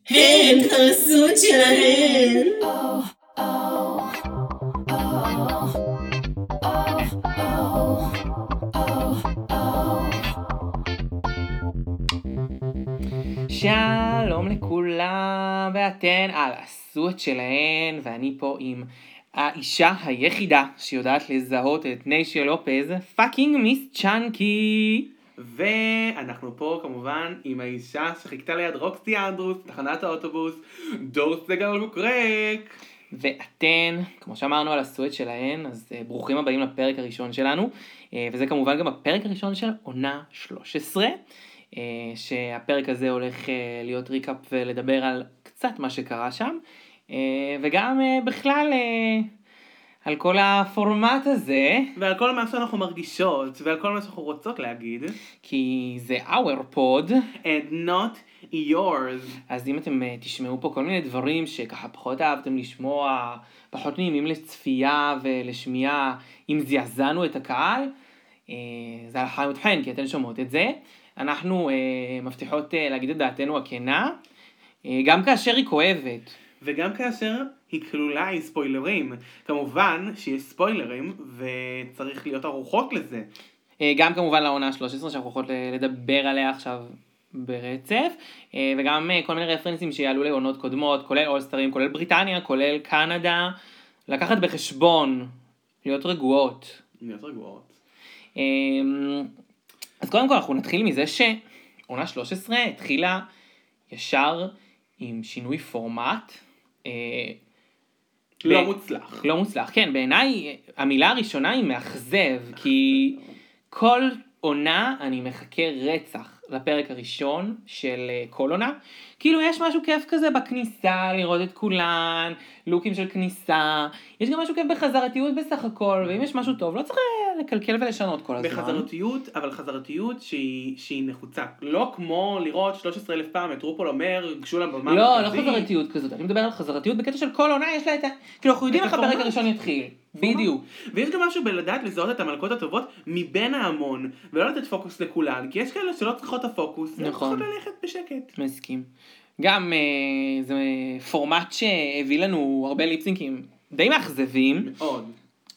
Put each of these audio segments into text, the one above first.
הן חסות שלהן. שלום לכולם, ואתן על הסות שלהן, ואני פה עם האישה היחידה שיודעת לזהות את ניישיה לופז, פאקינג מיס צ'אנקי. ואנחנו פה כמובן עם האישה שחיכתה ליד רוקסי אנדרוס, תחנת האוטובוס, דור סגל מוקרק. ואתן, כמו שאמרנו על הסואט שלהן, אז ברוכים הבאים לפרק הראשון שלנו, וזה כמובן גם הפרק הראשון של עונה 13, שהפרק הזה הולך להיות ריקאפ ולדבר על קצת מה שקרה שם, וגם בכלל על כל הפורמט הזה. ועל כל מה שאנחנו מרגישות, ועל כל מה שאנחנו רוצות להגיד. כי זה our pod. And not yours. אז אם אתם תשמעו פה כל מיני דברים שככה פחות אהבתם לשמוע, פחות נעימים לצפייה ולשמיעה, אם זעזענו את הקהל, זה הלכה למותחן, כי אתן שומעות את זה. אנחנו מבטיחות להגיד את דעתנו הכנה, גם כאשר היא כואבת. וגם כאשר היא כלולה עם ספוילרים. כמובן שיש ספוילרים וצריך להיות ערוכות לזה. גם כמובן לעונה 13 שאנחנו יכולות לדבר עליה עכשיו ברצף, וגם כל מיני רפרנסים שיעלו לעונות קודמות, כולל אולסטרים, כולל בריטניה, כולל קנדה, לקחת בחשבון, להיות רגועות. להיות רגועות. אז קודם כל אנחנו נתחיל מזה שעונה 13 התחילה ישר עם שינוי פורמט. לא מוצלח. לא מוצלח, כן, בעיניי המילה הראשונה היא מאכזב, כי כל עונה אני מחכה רצח לפרק הראשון של כל עונה. כאילו יש משהו כיף כזה בכניסה, לראות את כולן, לוקים של כניסה, יש גם משהו כיף בחזרתיות בסך הכל, ואם יש משהו טוב, לא צריך לקלקל ולשנות כל הזמן. בחזרתיות, אבל חזרתיות שהיא נחוצה. לא כמו לראות 13,000 פעם את רופול אומר, גשו לבמה. לא, לא חזרתיות כזאת. אני מדבר על חזרתיות בקטע של כל עונה יש לה את ה... כאילו אנחנו יודעים איך הפרק הראשון יתחיל. בדיוק. ויש גם משהו בלדעת לזהות את המלכות הטובות מבין ההמון, ולא לתת פוקוס לכולן, כי יש כאלה שלא צריכות את הפוקוס, הן צריכות ללכת בשקט. מסכים. גם זה פורמט שהביא לנו הרבה ליפסינקים די מאכזבים. מאוד.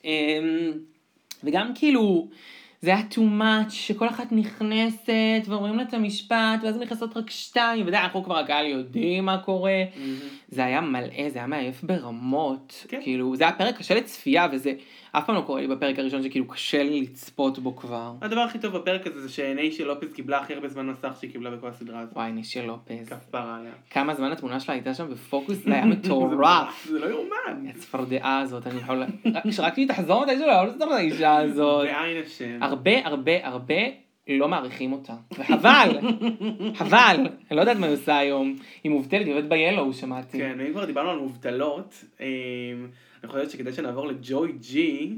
וגם כאילו, זה היה too much, שכל אחת נכנסת, ואומרים לה את המשפט, ואז נכנסות רק 2, ודי, אנחנו כבר הקהל יודעים מה קורה. זה היה מלא, זה היה מעייף ברמות. כאילו, זה היה פרק קשה לצפייה, וזה אף פעם לא קורה לי בפרק הראשון, שכאילו קשה לי לצפות בו כבר. הדבר הכי טוב בפרק הזה, זה שניישיה לופז קיבלה הכי הרבה זמן מסך שהיא קיבלה בכל הסדרה הזאת. וואי, ניישיה לופז. כפרה עליה. כמה זמן התמונה שלה הייתה שם בפוקוס, זה היה מטורף. זה לא יאומן. הצפרדעה הזאת, אני יכול... רק שהיא תחזור מתישהו, לא לסתור את האישה הזאת. בעין השם. הרבה לא מעריכים אותה. וחבל, אני לא יודעת מה היא עושה היום. היא מובטלת, היא עובדת ביאלו, שמעתי. כן, ואם כבר דיברנו על מובטלות, אני חושבת שכדי שנעבור לג'וי ג'י,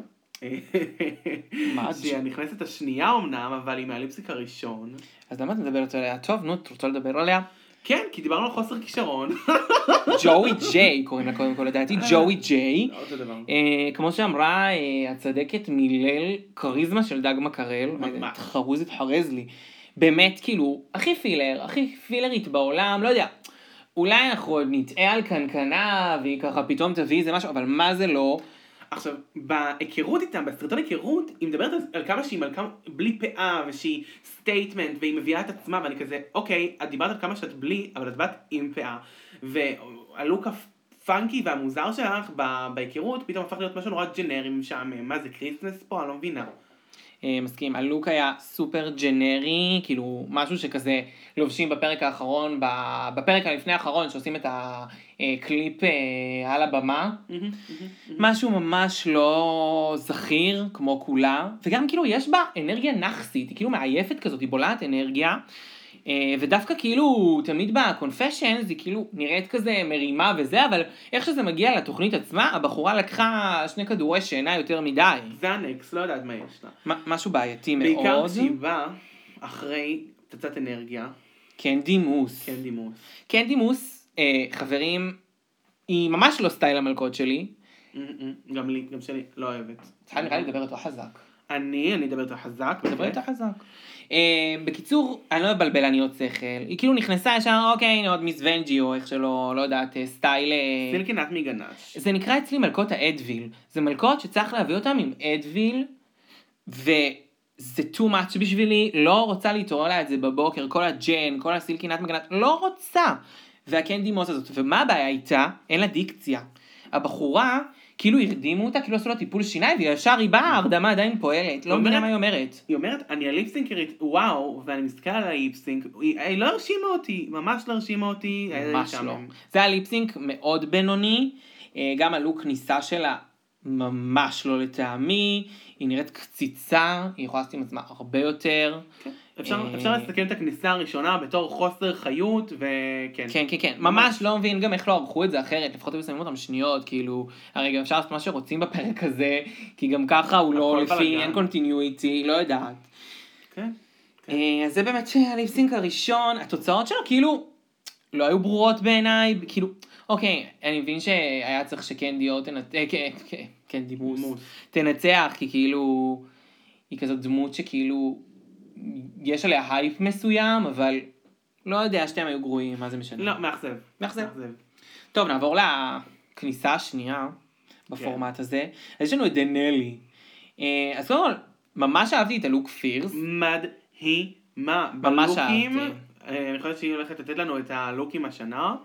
שהיא הנכנסת השנייה אמנם, אבל היא מהליפסיק הראשון. אז למה אתה מדברת עליה? טוב, נו, אתה רוצה לדבר עליה? כן, כי דיברנו על חוסר כישרון. ג'וי ג'יי, קוראים לה קודם כל לדעתי, ג'וי ג'יי. אותו דבר. כמו שאמרה הצדקת מילל, קריזמה של דג מקרל. חרוז התחרז לי. באמת, כאילו, הכי פילרית בעולם, לא יודע. אולי אנחנו עוד נטעה על קנקנה, והיא ככה פתאום תביא איזה משהו, אבל מה זה לא? עכשיו, בהיכרות איתם, בסרטון היכרות, היא מדברת על כמה שהיא מלכה בלי פאה, ושהיא סטייטמנט, והיא מביאה את עצמה, ואני כזה, אוקיי, את דיברת על כמה שאת בלי, אבל את באת עם פאה. והלוק הפאנקי והמוזר שלך בהיכרות, פתאום הפך להיות משהו נורא ג'נרי משעמם. מה זה, קריסמס פה? אני לא מבינה. מסכים, הלוק היה סופר ג'נרי, כאילו משהו שכזה לובשים בפרק האחרון, בפרק הלפני האחרון שעושים את הקליפ על הבמה, משהו ממש לא זכיר כמו כולה, וגם כאילו יש בה אנרגיה נחסית, היא כאילו מעייפת כזאת, היא בולעת אנרגיה, ודווקא כאילו תמיד בקונפשיינס היא כאילו נראית כזה מרימה וזה, אבל איך שזה מגיע לתוכנית עצמה, הבחורה לקחה 2 כדורי שינה יותר מדי. זה הנקס, לא יודעת מה יש לה. משהו בעייתי מאוד. בעיקר כשהיא באה אחרי פצצת אנרגיה. קנדי מוס. קנדי מוס, חברים, היא ממש לא סטייל המלכות שלי. גם לי, גם שלי, לא אוהבת. צריכה נראה לי לדבר יותר חזק. אני אדבר יותר חזק. מדבר יותר חזק. בקיצור, אני לא מבלבל עניות שכל. היא כאילו נכנסה ישר, אוקיי, הנה עוד מיס ונג'י, או איך שלא, לא יודעת, סטייל... סילקינת מגנש. זה נקרא אצלי מלכות האדוויל. זה מלכות שצריך להביא אותם עם אדוויל, וזה too much בשבילי, לא רוצה להתעורר לה את זה בבוקר, כל הג'ן, כל הסילקינת מגנש, לא רוצה. והקנדי מוס הזאת, ומה הבעיה איתה? אין לה דיקציה. הבחורה, כאילו הרדימו אותה, כאילו עשו לה טיפול שיניים, וישר היא באה, הרדמה עדיין פועלת, לא מבינה מה היא אומרת. היא אומרת, אני הליפסינקרית, וואו, ואני מסתכל על הליפסינק, היא לא הרשימה אותי, ממש לא הרשימה אותי. ממש לא. זה היה ליפסינק מאוד בינוני, גם הלוק כניסה שלה ממש לא לטעמי, היא נראית קציצה, היא יכולה לעשות עם עצמה הרבה יותר. אפשר לסתכל את הכניסה הראשונה בתור חוסר חיות, וכן. כן, כן, כן. ממש לא מבין גם איך לא ערכו את זה אחרת, לפחות היו שמים אותם שניות, כאילו, הרי גם אפשר לעשות מה שרוצים בפרק הזה, כי גם ככה הוא לא לפי, אין קונטיניויטי, לא יודעת. כן. אז זה באמת שהליפסינק הראשון, התוצאות שלו כאילו לא היו ברורות בעיניי, כאילו, אוקיי, אני מבין שהיה צריך שקנדי או קנדי מוס תנצח, כי כאילו, היא כזאת דמות שכאילו, יש עליה הייפ מסוים, אבל לא יודע שתיהם היו גרועים, מה זה משנה? לא, מאכזב. מאכזב. טוב, נעבור לכניסה השנייה בפורמט הזה. אז יש לנו את דנלי. אז קודם כל, ממש אהבתי את הלוק פירס. מדהימה. ממש אהבתי. אני חושבת שהיא הולכת לתת לנו את הלוקים השנה.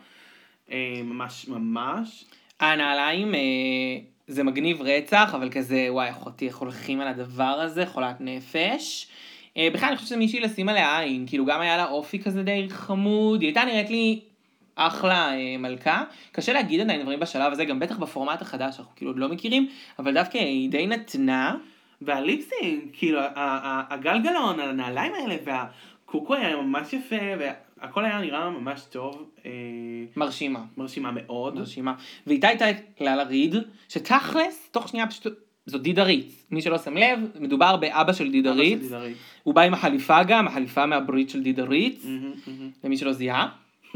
ממש ממש. הנעליים זה מגניב רצח, אבל כזה, וואי, אחותי, איך הולכים על הדבר הזה, חולת נפש. בכלל אני חושבת שמישהי לשים עליה עין, כאילו גם היה לה אופי כזה די חמוד, היא הייתה נראית לי אחלה מלכה, קשה להגיד עדיין דברים בשלב הזה, גם בטח בפורמט החדש, אנחנו כאילו עוד לא מכירים, אבל דווקא היא די נתנה. והליפסינג, כאילו הגלגלון על הנעליים האלה, והקוקו היה ממש יפה, והכל היה נראה ממש טוב. מרשימה. מרשימה מאוד. מרשימה. ואיתה הייתה לאלה ריד, שתכלס, תוך שנייה פשוט... זאת דידה ריץ, מי שלא שם לב, מדובר באבא של דידה ריץ, הוא בא עם החליפה גם, החליפה מהברית של דידה ריץ, למי שלא זיהה,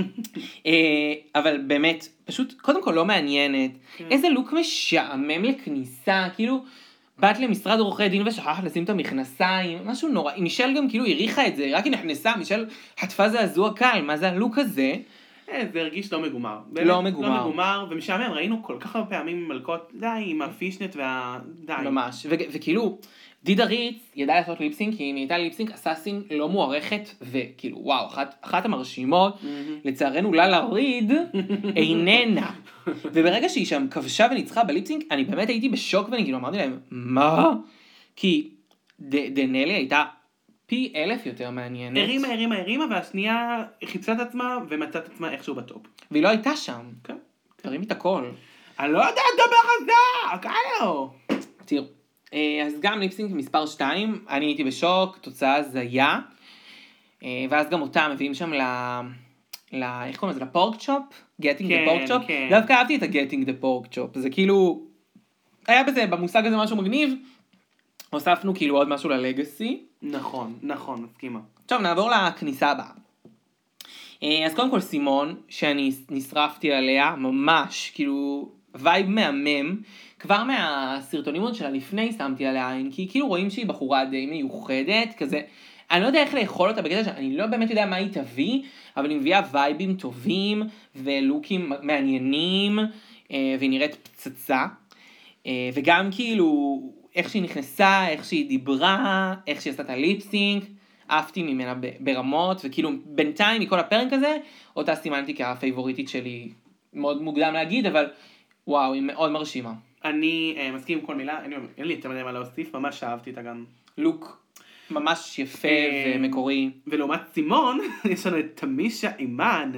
אבל באמת, פשוט, קודם כל לא מעניינת, איזה לוק משעמם לכניסה, כאילו, באת למשרד עורכי דין ושכחת לשים את המכנסיים, משהו נורא, מישל גם כאילו הריחה את זה, רק היא נכנסה, מישל חטפה זעזוע קל, מה זה הלוק הזה? זה הרגיש לא מגומר. לא מגומר. לא מגומר, ומשעמם, ראינו כל כך הרבה פעמים מלכות, די, עם הפישנט די. ממש, וכאילו, דידה ריץ ידעה לעשות ליפסינק, כי אם היא הייתה ליפסינק אסאסין לא מוערכת, וכאילו, וואו, אחת המרשימות, לצערנו לאלה ריד, איננה. וברגע שהיא שם כבשה וניצחה בליפסינק, אני באמת הייתי בשוק, ואני כאילו אמרתי להם, מה? כי דנלי הייתה פי 1000 יותר מעניינת. הרימה, והשנייה חיפשה את עצמה, ומצאת עצמה איכשהו בטופ. והיא לא הייתה שם. כן. תרים את הכל. אני לא יודע לדבר חזק, הלו. תראו, אז גם ליפסינק מספר 2, אני הייתי בשוק, תוצאה זיה, ואז גם אותה מביאים שם איך קוראים לזה? לפורק צ'ופ? Getting the pork chop? דווקא אהבתי את ה-Getting the pork chop, זה כאילו, היה בזה, במושג הזה משהו מגניב, הוספנו כאילו עוד משהו ללגסי. נכון, מסכימה. עכשיו נעבור לכניסה הבאה. אז קודם כל סימון, שאני נשרפתי עליה, ממש, כאילו, וייב מהמם, כבר מהסרטונים עוד שלה לפני שמתי עליה עין, כי כאילו רואים שהיא בחורה די מיוחדת, כזה, אני לא יודע איך לאכול אותה בקטע שאני לא באמת יודע מה היא תביא, אבל היא מביאה וייבים טובים, ולוקים מעניינים, והיא נראית פצצה, וגם כאילו, איך שהיא נכנסה, איך שהיא דיברה, איך שהיא עשתה את הליפסינק, אהבתי ממנה ברמות, וכאילו בינתיים מכל הפרק הזה, אותה סימנתי כפייבוריטית שלי, מאוד מוקדם להגיד, אבל וואו, היא מאוד מרשימה. אני מסכים עם כל מילה, אין לי יותר מדי מה להוסיף, ממש אהבתי אותה גם. לוק ממש יפה ומקורי. ולעומת סימון, יש לנו את תמישה אימן,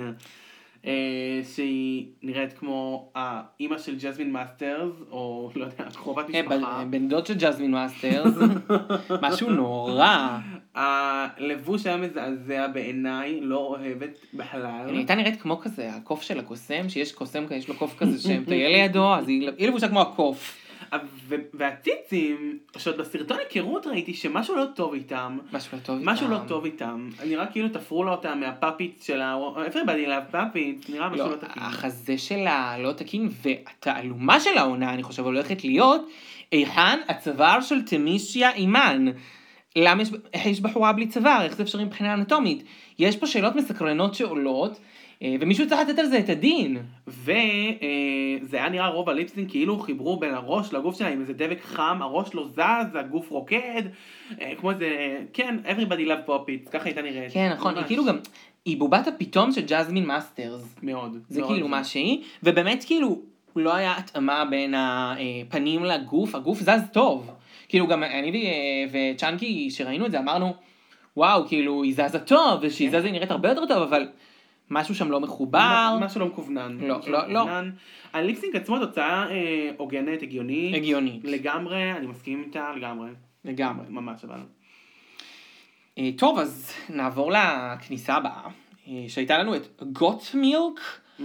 שהיא נראית כמו האמא של ג'זמין מאסטרס, או לא יודע, קרובת משפחה. בן דוד של ג'זמין מאסטרס, משהו נורא. הלבוש היה מזעזע בעיניי, לא אוהבת בכלל. היא הייתה נראית כמו כזה, הקוף של הקוסם, שיש קוסם, יש לו קוף כזה שמטייל לידו, אז היא לבושה כמו הקוף. והציצים, שעוד בסרטון היכרות ראיתי שמשהו לא טוב איתם. משהו לא טוב איתם. נראה כאילו תפרו לה אותה מהפאפית שלה, איפה באתי לה פאפית, נראה משהו לא תקין. החזה שלה לא תקין, והתעלומה של העונה, אני חושב, הולכת להיות, היכן הצוואר של תמישיה אימן. למה יש בחורה בלי צוואר, איך זה אפשרי מבחינה אנטומית? יש פה שאלות מסקרנות שעולות, ומישהו צריך לתת על זה את הדין. וזה היה נראה רוב הליפסינג כאילו חיברו בין הראש לגוף שלה עם איזה דבק חם, הראש לא זז, הגוף רוקד, כמו איזה, כן, everybody love pop it, ככה הייתה נראית. כן, נכון, היא כאילו גם, היא בובת הפתאום של ג'זמין מאסטרס. מאוד. זה כאילו מה שהיא, ובאמת כאילו, לא היה התאמה בין הפנים לגוף, הגוף זז טוב. כאילו גם אני וצ'אנקי שראינו את זה אמרנו, וואו, כאילו היא זזה טוב, ושהיא זזה נראית הרבה יותר טוב, אבל משהו שם לא מחובר. משהו לא מכוונן. לא. הליפסינג עצמו תוצאה הוגנת, הגיונית. הגיונית. לגמרי, אני מסכים איתה, לגמרי. ממש אבל. טוב, אז נעבור לכניסה הבאה, שהייתה לנו את גוט מילק.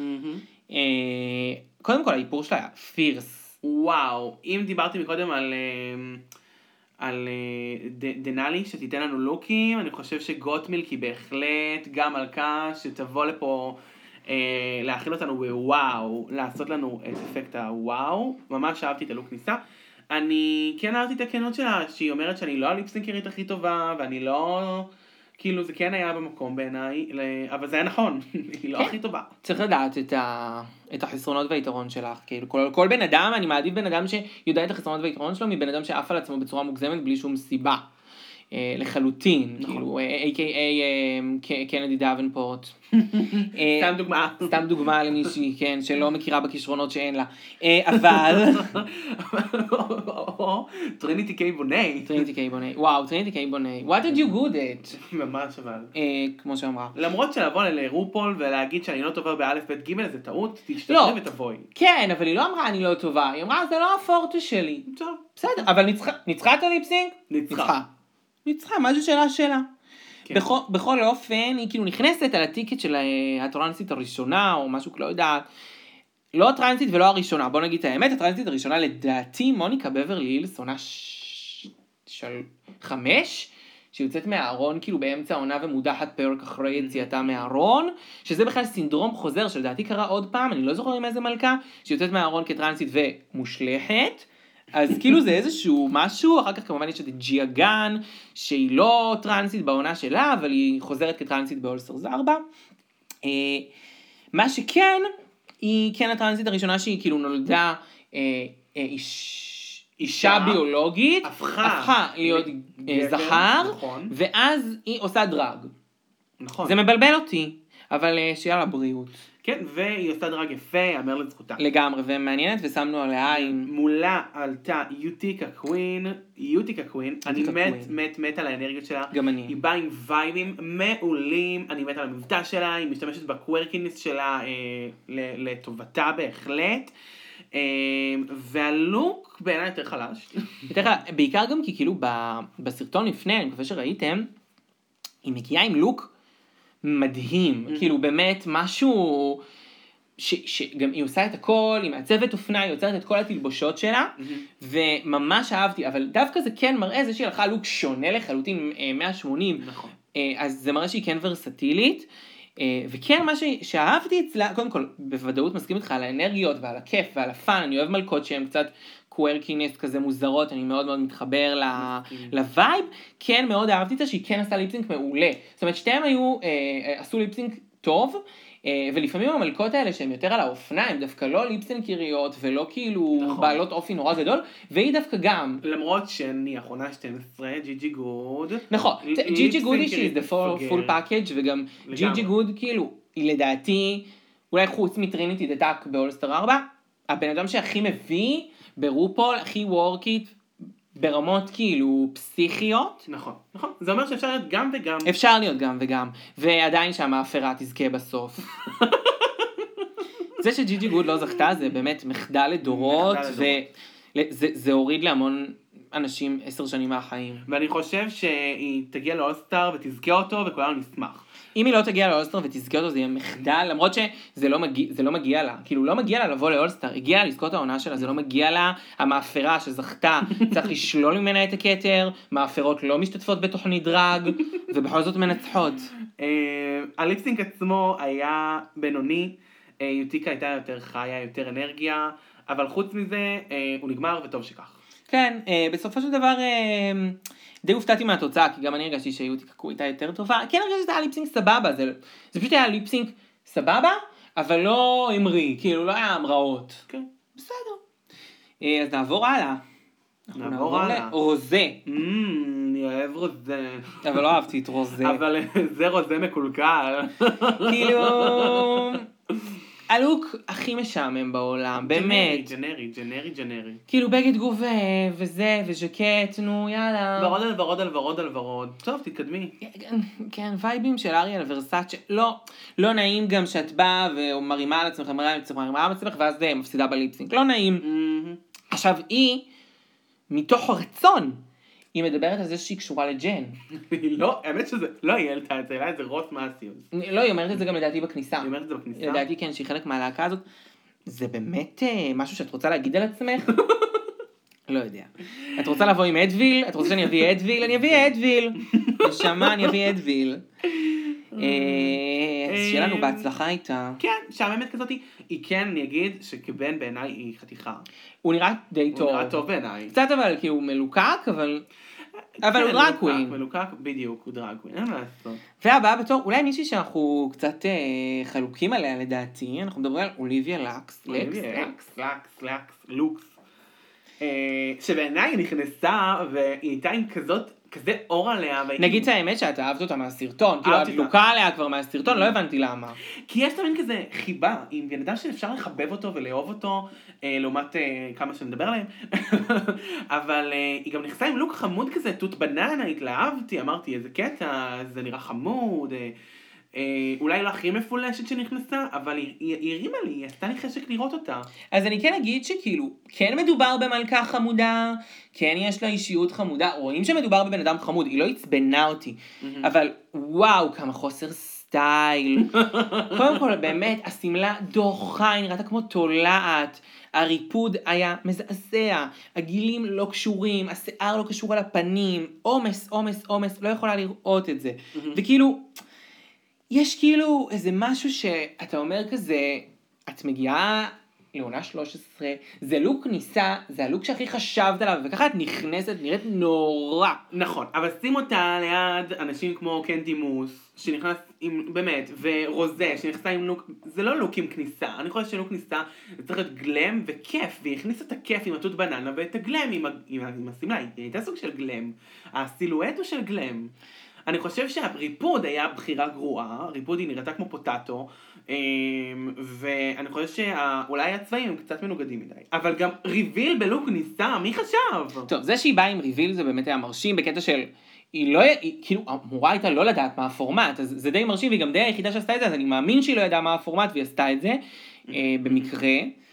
קודם כל, האיפור שלה היה פירס. וואו, אם דיברתי מקודם על דנאלי שתיתן לנו לוקים, אני חושב שגוט מילק היא בהחלט גם מלכה שתבוא לפה להכיל אותנו בוואו, לעשות לנו את אפקט הוואו. ממש אהבתי את הלוק כניסה. אני כן אהבתי את הכנות שלה, שהיא אומרת שאני לא הליפסינקרית הכי טובה, ואני לא, כאילו זה כן היה במקום בעיניי, אבל זה היה נכון, היא לא הכי טובה. צריך לדעת את החסרונות והיתרון שלך, כאילו כל בן אדם, אני מעדיף בן אדם שיודע את החסרונות והיתרון שלו, מבן אדם שעף על עצמו בצורה מוגזמת בלי שום סיבה. לחלוטין, כאילו, a.k.a. קנדי דאבנפורט. סתם דוגמה. סתם דוגמה למישהי, כן, שלא מכירה בכישרונות שאין לה. אבל... טריניטי קיי בוני. טריניטי קיי בוני. וואו, טריניטי קיי בוני. What did you good at? ממש אבל. כמו שאמרה. למרות שלבוא לרופול ולהגיד שאני לא טובה באלף בית ג' זה טעות, תשתתף ותבואי. כן, אבל היא לא אמרה אני לא טובה, היא אמרה זה לא הפורטה שלי. טוב. בסדר, אבל ניצחה את הליפסינג? ניצחה, משהו שלה. כן. בכל אופן, היא כאילו נכנסת על הטיקט של הטרנסית הראשונה, או משהו, לא יודעת. לא הטרנסית ולא הראשונה, בוא נגיד את האמת, הטרנסית הראשונה לדעתי, מוניקה בברלי הילס, עונה 5, שיוצאת מהארון כאילו באמצע העונה ומודחת פרק אחרי יציאתה מהארון, שזה בכלל סינדרום חוזר, שלדעתי קרה עוד פעם, אני לא זוכר עם איזה מלכה, שיוצאת מהארון כטרנסית ומושלכת, אז כאילו זה איזשהו משהו, אחר כך כמובן יש את ג'יה גן, שהיא לא טרנסית בעונה שלה, אבל היא חוזרת כטרנסית באולסטרס 4. מה שכן, היא כן הטרנסית הראשונה שהיא כאילו נולדה אישה ביולוגית, הפכה להיות זכר, ואז היא עושה דרג. נכון. זה מבלבל אותי, אבל שיהיה לה בריאות. כן, והיא עושה דרג יפה, יאמר לזכותה. לגמרי, ומעניינת, ושמנו עליה עם... מולה עלתה יוטיקה קווין, אני מת על האנרגיות שלה. גם אני. היא באה עם וייבים מעולים, אני מת על המבטא שלה, היא משתמשת בקוורקינס שלה לטובתה בהחלט. והלוק בעיניי יותר חלש. בעיקר גם כי כאילו בסרטון לפני, אני מקווה שראיתם, היא מגיעה עם לוק מדהים, כאילו באמת משהו שגם היא עושה את הכל, היא מעצבת אופנה, היא יוצרת את כל התלבושות שלה, וממש אהבתי, אבל דווקא זה כן מראה, זה שהיא הלכה לוק שונה לחלוטין 180, נכון. אז זה מראה שהיא כן ורסטילית, וכן מה שאהבתי אצלה, קודם כל בוודאות מסכים איתך על האנרגיות ועל הכיף ועל הפן, אני אוהב מלכות שהן קצת קוורקינס כזה מוזרות, אני מאוד מאוד מתחבר לווייב, כן מאוד אהבתי אותה שהיא כן עשתה ליפסינק מעולה, זאת אומרת שתיהם עשו ליפסינק טוב, ולפעמים המלכות האלה שהן יותר על האופנה, הן דווקא לא ליפסינקריות ולא כאילו בעלות אופי נורא גדול, והיא דווקא גם. למרות שאני האחרונה 12, ג'י גוד. נכון, ג'י גוד היא שהיא פול פאקג' וגם ג'י גוד כאילו, היא לדעתי, אולי חוץ מטריניטי דטאק באולסטר 4, הבן אדם שהכי מביא ברופול, הכי וורקית, ברמות כאילו פסיכיות. נכון. זה אומר שאפשר להיות גם וגם. אפשר להיות גם וגם, ועדיין שהמאפרה תזכה בסוף. זה שג'י גוד לא זכתה, זה באמת מחדל לדורות, וזה הוריד להמון אנשים 10 שנים מהחיים. ואני חושב שהיא תגיע לאולסטר ותזכה אותו, וכולנו נשמח. אם היא לא תגיע לאולסטר ותזכה אותו, זה יהיה מחדל, למרות שזה לא מגיע לה. כאילו, לא מגיע לה לבוא לאולסטר, הגיעה לזכות העונה שלה, זה לא מגיע לה, המאפרה שזכתה, צריך לשלול ממנה את הכתר, מאפרות לא משתתפות בתוכנית דרג, ובכל זאת מנצחות. הליפסינק עצמו היה בינוני, יוטיקה הייתה יותר חיה, יותר אנרגיה, אבל חוץ מזה, הוא נגמר וטוב שכך. כן, בסופו של דבר די הופתעתי מהתוצאה, כי גם אני הרגשתי שהיותי קקו הייתה יותר טובה. כן, הרגשתי שזה היה ליפסינק סבבה, זה פשוט היה ליפסינק סבבה, אבל לא אמרי, כאילו לא היה המראות. כן. בסדר. אז נעבור הלאה. נעבור הלאה. רוזה. אני אוהב רוזה. אבל לא אהבתי את רוזה. אבל זה רוזה מקולקל. כאילו, הלוק הכי משעמם בעולם, באמת. ג'נרי. כאילו בגד גוף וזה, וז'קט, נו יאללה. ורוד. טוב, תתקדמי. כן, וייבים של אריאל ורסאצ'ה. לא נעים גם שאת באה ומרימה על עצמך, מרימה על עצמך, ואז מפסידה בליפסינק. לא נעים. עכשיו היא, מתוך הרצון, היא מדברת על זה שהיא קשורה לג'ן. לא, האמת שזה, לא היא העלתה את זה, אלא זה רוס מאסיוס. לא, היא אומרת את זה גם לדעתי בכניסה. היא אומרת את זה בכניסה? לדעתי כן, שהיא חלק מהלהקה הזאת. זה באמת משהו שאת רוצה להגיד על עצמך? לא יודע. את רוצה לבוא עם אדוויל? את רוצה שאני אביא אדוויל? אני אביא אדוויל. נשמה, אני אביא אדוויל. אז שיהיה לנו בהצלחה איתה. כן, שעממת כזאת. היא כן, אני אגיד שכבן בעיניי היא חתיכה. הוא נראה די טוב. הוא נראה טוב בעיניי. קצת אבל, כי הוא מלוקק, אבל הוא דרגווין. מלוקק, בדיוק, הוא דרגווין. אין מה לעשות. והבאה בתור, אולי מישהי שאנחנו קצת חלוקים עליה לדעתי, אנחנו מדברים על אוליביה לוקס. שבעיניי היא נכנסה והיא הייתה עם כזה אור עליה. נגיד את האמת שאת אהבת אותה מהסרטון, כאילו את לוקה עליה כבר מהסרטון, לא הבנתי למה. כי יש תמיד כזה חיבה, עם בן אדם שאפשר לחבב אותו ולאהוב אותו, לעומת כמה שנדבר עליהם, אבל היא גם נכנסה עם לוק חמוד כזה, תות בננה, התלהבתי, אמרתי איזה קטע, זה נראה חמוד, אולי לא הכי מפולשת שנכנסה, אבל היא הרימה לי, היא עשתה לי חשק לראות אותה. אז אני כן אגיד שכאילו, כן מדובר במלכה חמודה, כן יש לה אישיות חמודה, רואים שמדובר בבן אדם חמוד, היא לא הצבנה אותי, אבל וואו, כמה חוסר סטייל. קודם כל, באמת, הסמלה דוחה, היא נראתה כמו תולעת, הריפוד היה מזעזע, הגילים לא קשורים, השיער לא קשור על הפנים, עומס, לא יכולה לראות את זה. וכאילו, יש כאילו איזה משהו שאתה אומר כזה, את מגיעה לעונה 13, זה לוק כניסה, זה הלוק שהכי חשבת עליו, וככה את נכנסת, נראית נורא. נכון, אבל שים אותה ליד אנשים כמו קנדי מוס, שנכנס עם, באמת, ורוזה, שנכנסה עם לוק, זה לא לוק עם כניסה, אני חושבת שלוק כניסה, זה צריך להיות גלם וכיף, והיא הכניסה את הכיף עם התות בננה, ואת הגלם עם הסמלה, היא הייתה סוג של גלם, הסילואט הוא של גלם. אני חושב שהריפוד היה בחירה גרועה, הריפוד היא נראתה כמו פוטטו, ואני חושב שאולי הצבעים הם קצת מנוגדים מדי. אבל גם ריביל בלוק ניסה, מי חשב? טוב, זה שהיא באה עם ריביל זה באמת היה מרשים, בקטע של, היא כאילו אמורה הייתה לא לדעת מה הפורמט, אז זה די מרשים, והיא גם די היחידה שעשתה את זה, אז אני מאמין שהיא לא ידעה מה הפורמט, והיא עשתה את זה, במקרה.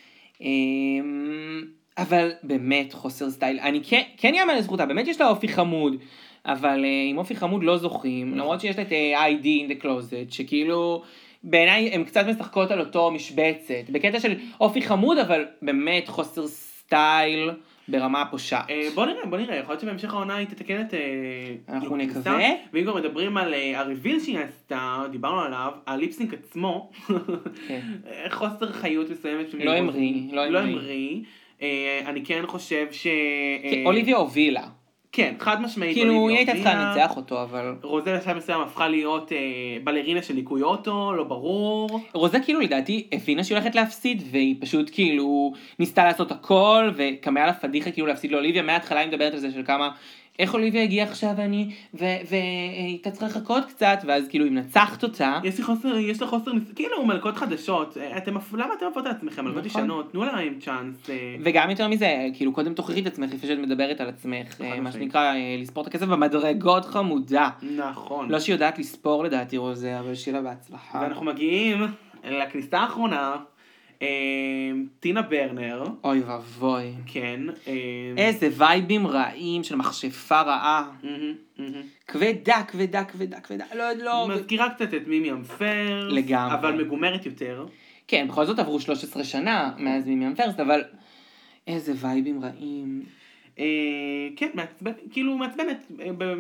אבל באמת חוסר סטייל, אני כן יאמן לזכותה, באמת יש לה אופי חמוד, אבל עם אופי חמוד לא זוכים, למרות שיש לה את ID in the closet, שכאילו בעיניי הן קצת משחקות על אותו משבצת, בקטע של אופי חמוד, אבל באמת חוסר סטייל ברמה הפושעת. בוא נראה, יכול להיות שבהמשך העונה היא תתקן את... אנחנו נקווה. ואם כבר מדברים על הריביל שהיא עשתה, דיברנו עליו, הליפסינק עצמו, חוסר חיות מסוימת. לא אמרי. אני כן חושב ש... אוליביה הובילה. כן, חד משמעית. כאילו, היא הייתה צריכה לנצח אותו, אבל... רוזה בשלב מסוים הפכה להיות בלרינה של ניקוי אוטו, לא ברור. רוזה כאילו לדעתי הבינה שהיא הולכת להפסיד, והיא פשוט כאילו ניסתה לעשות הכל, וכמה היה לה פדיחה כאילו להפסיד לאוליביה, מההתחלה היא מדברת על זה של כמה... איך אוליביה הגיעה עכשיו והיא צריכה לחכות קצת, ואז כאילו היא מנצחת אותה. יש לה חוסר, כאילו מלכות חדשות, למה אתם מפות את עצמכם, מלכות ישנות, תנו להם צ'אנס. וגם יותר מזה, כאילו קודם תוכחי את עצמך, לפני שאת מדברת על עצמך, מה שנקרא לספור את הכסף במדרגות חמודה. נכון. לא שהיא יודעת לספור לדעתי רוזה, אבל שיהיה לה בהצלחה. ואנחנו מגיעים לכניסה האחרונה, טינה ברנר. אוי ובוי. כן. איזה וייבים רעים של מכשפה רעה. כבדה. לא. מזכירה קצת את מימי אמפרס. לגמרי. אבל מגומרת יותר. כן, בכל זאת עברו 13 שנה מאז מימי אמפרס, אבל איזה וייבים רעים. כן, כאילו מעצבנת.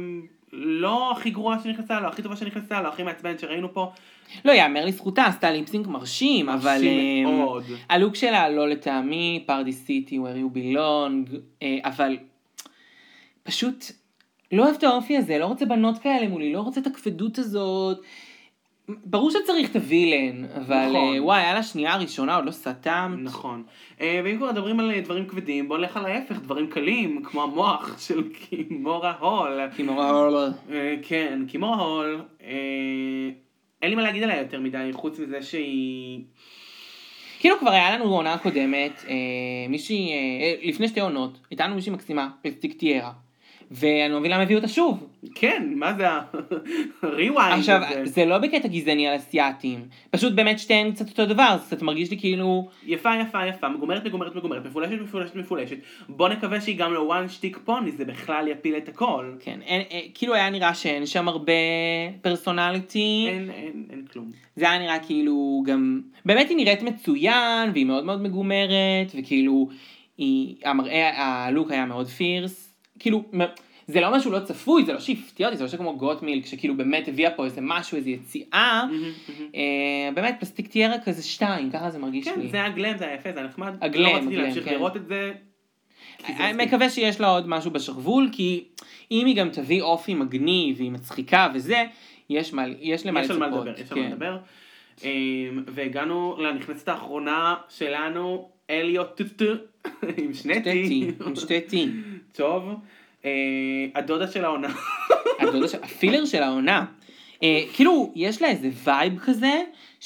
לא הכי גרועה שנכנסה, לא הכי טובה שנכנסה, לא הכי מעצבנת שראינו פה. לא, יאמר לזכותה, עשתה ליפסינק מרשים, אבל מאוד. הלוק שלה לא לטעמי, פרדי סיטי, where you belong, אבל פשוט לא אוהב את האופי הזה, לא רוצה בנות כאלה מולי, לא רוצה את הכבדות הזאת. ברור שצריך את הווילן, אבל נכון. וואי, היה לה שנייה הראשונה, עוד לא סתם. נכון. ואם כבר מדברים על דברים כבדים, בוא נלך על ההפך, דברים קלים, כמו המוח של קימורה הול. קימורה הול. כן, קימורה הול. אין לי מה להגיד עליה יותר מדי, חוץ מזה שהיא... כאילו כבר היה לנו עונה קודמת, מישהי, לפני 2 עונות, הייתה לנו מישהי מקסימה, פלסטיק תיירה. ואני לא מבין למה הביאו אותה שוב. כן, מה זה ה-rewind עכשיו, הזה? זה לא בקטע גזעני על אסיאטים. פשוט באמת שתיהן קצת אותו דבר, זה קצת מרגיש לי כאילו... יפה, מגומרת, מפולשת. בוא נקווה שהיא גם לא one stick pony, זה בכלל יפיל את הכל. כן, כאילו היה נראה שאין שם הרבה פרסונליטי. אין כלום. זה היה נראה כאילו גם... באמת היא נראית מצוין, והיא מאוד מאוד מגומרת, וכאילו... הלוק היה מאוד פירס. כאילו... זה לא משהו לא צפוי, זה לא שהפתיע אותי, זה לא שכמו גוטמילק, שכאילו באמת הביאה פה איזה משהו, איזו יציאה, באמת פלסטיק תיירה כזה 2, ככה זה מרגיש לי. כן, זה הגלם, זה היפה, זה נחמד. הגלם, לא רציתי להמשיך כן. לראות את זה. אני מקווה שיש לה עוד משהו בשרוול, כי אם היא גם תביא אופי מגניב, והיא מצחיקה וזה, יש למה לצפות. יש על מה לדבר. והגענו לנכנסת האחרונה שלנו, אליוט עם שני טי. עם שתי טי. טוב. הדודה של העונה. הפילר של העונה. כאילו, יש לה איזה וייב כזה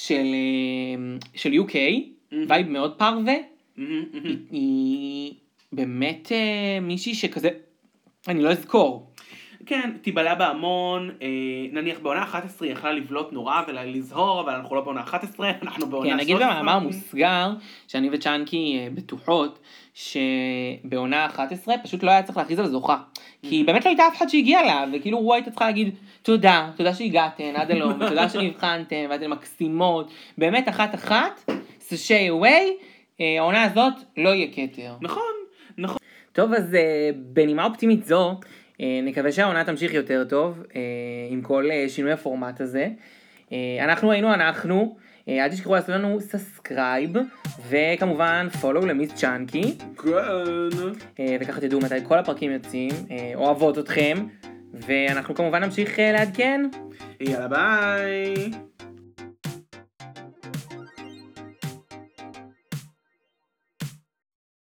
של UK, וייב מאוד פרווה. היא באמת מישהי שכזה, אני לא אזכור. כן, תיבלה בהמון, נניח בעונה 11 היא יכלה לבלוט נורא ולזהור, אבל אנחנו לא בעונה 11, אנחנו בעונה 13. כן, נגיד במאמר מוסגר, שאני וצ'אנקי בטוחות, שבעונה 11 פשוט לא היה צריך להכריז על זוכה. כי באמת לא הייתה אף אחד שהגיע לה, וכאילו הוא הייתה צריכה להגיד, תודה שהגעתן עד הלום, תודה שנבחנתם, ואתן מקסימות, באמת אחת, סשי אווי, העונה הזאת לא יהיה כתר. נכון. טוב, אז בנימה אופטימית זו, נקווה שהעונה תמשיך יותר טוב, עם כל שינוי הפורמט הזה. אנחנו, אל תשכחו לעשות לנו סאסקרייב, וכמובן פולו למיס צ'אנקי. כן. וככה תדעו מתי כל הפרקים יוצאים, אוהבות אתכם, ואנחנו כמובן נמשיך לעדכן. יאללה ביי.